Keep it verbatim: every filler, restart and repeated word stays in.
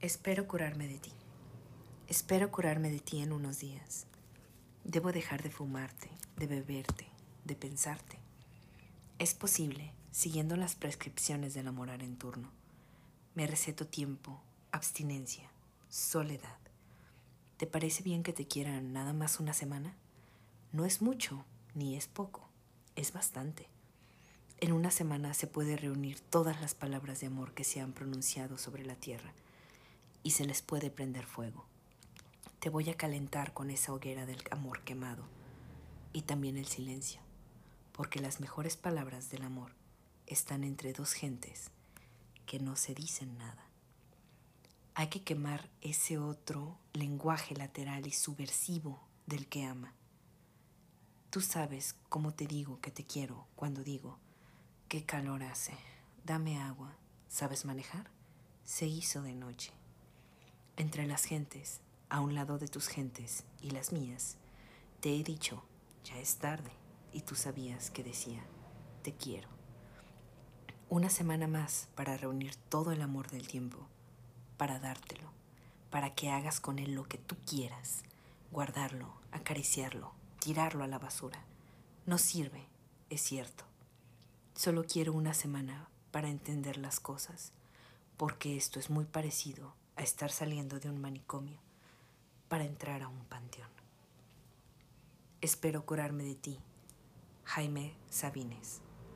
Espero curarme de ti. Espero curarme de ti en unos días. Debo dejar de fumarte, de beberte, de pensarte. Es posible, siguiendo las prescripciones del amor en turno. Me receto tiempo, abstinencia, soledad. ¿Te parece bien que te quiera nada más una semana? No es mucho, ni es poco, es bastante. En una semana se puede reunir todas las palabras de amor que se han pronunciado sobre la tierra y se les puede prender fuego. Te voy a calentar con esa hoguera del amor quemado y también el silencio, porque las mejores palabras del amor están entre dos gentes que no se dicen nada. Hay que quemar ese otro lenguaje lateral y subversivo del que ama. Tú sabes cómo te digo que te quiero cuando digo, qué calor hace, dame agua, ¿sabes manejar? Se hizo de noche. Entre las gentes, a un lado de tus gentes y las mías, te he dicho, ya es tarde, y tú sabías que decía, te quiero. Una semana más para reunir todo el amor del tiempo, para dártelo, para que hagas con él lo que tú quieras, guardarlo, acariciarlo, tirarlo a la basura. No sirve, es cierto. Solo quiero una semana para entender las cosas, porque esto es muy parecido a estar saliendo de un manicomio para entrar a un panteón. Espero curarme de ti, Jaime Sabines.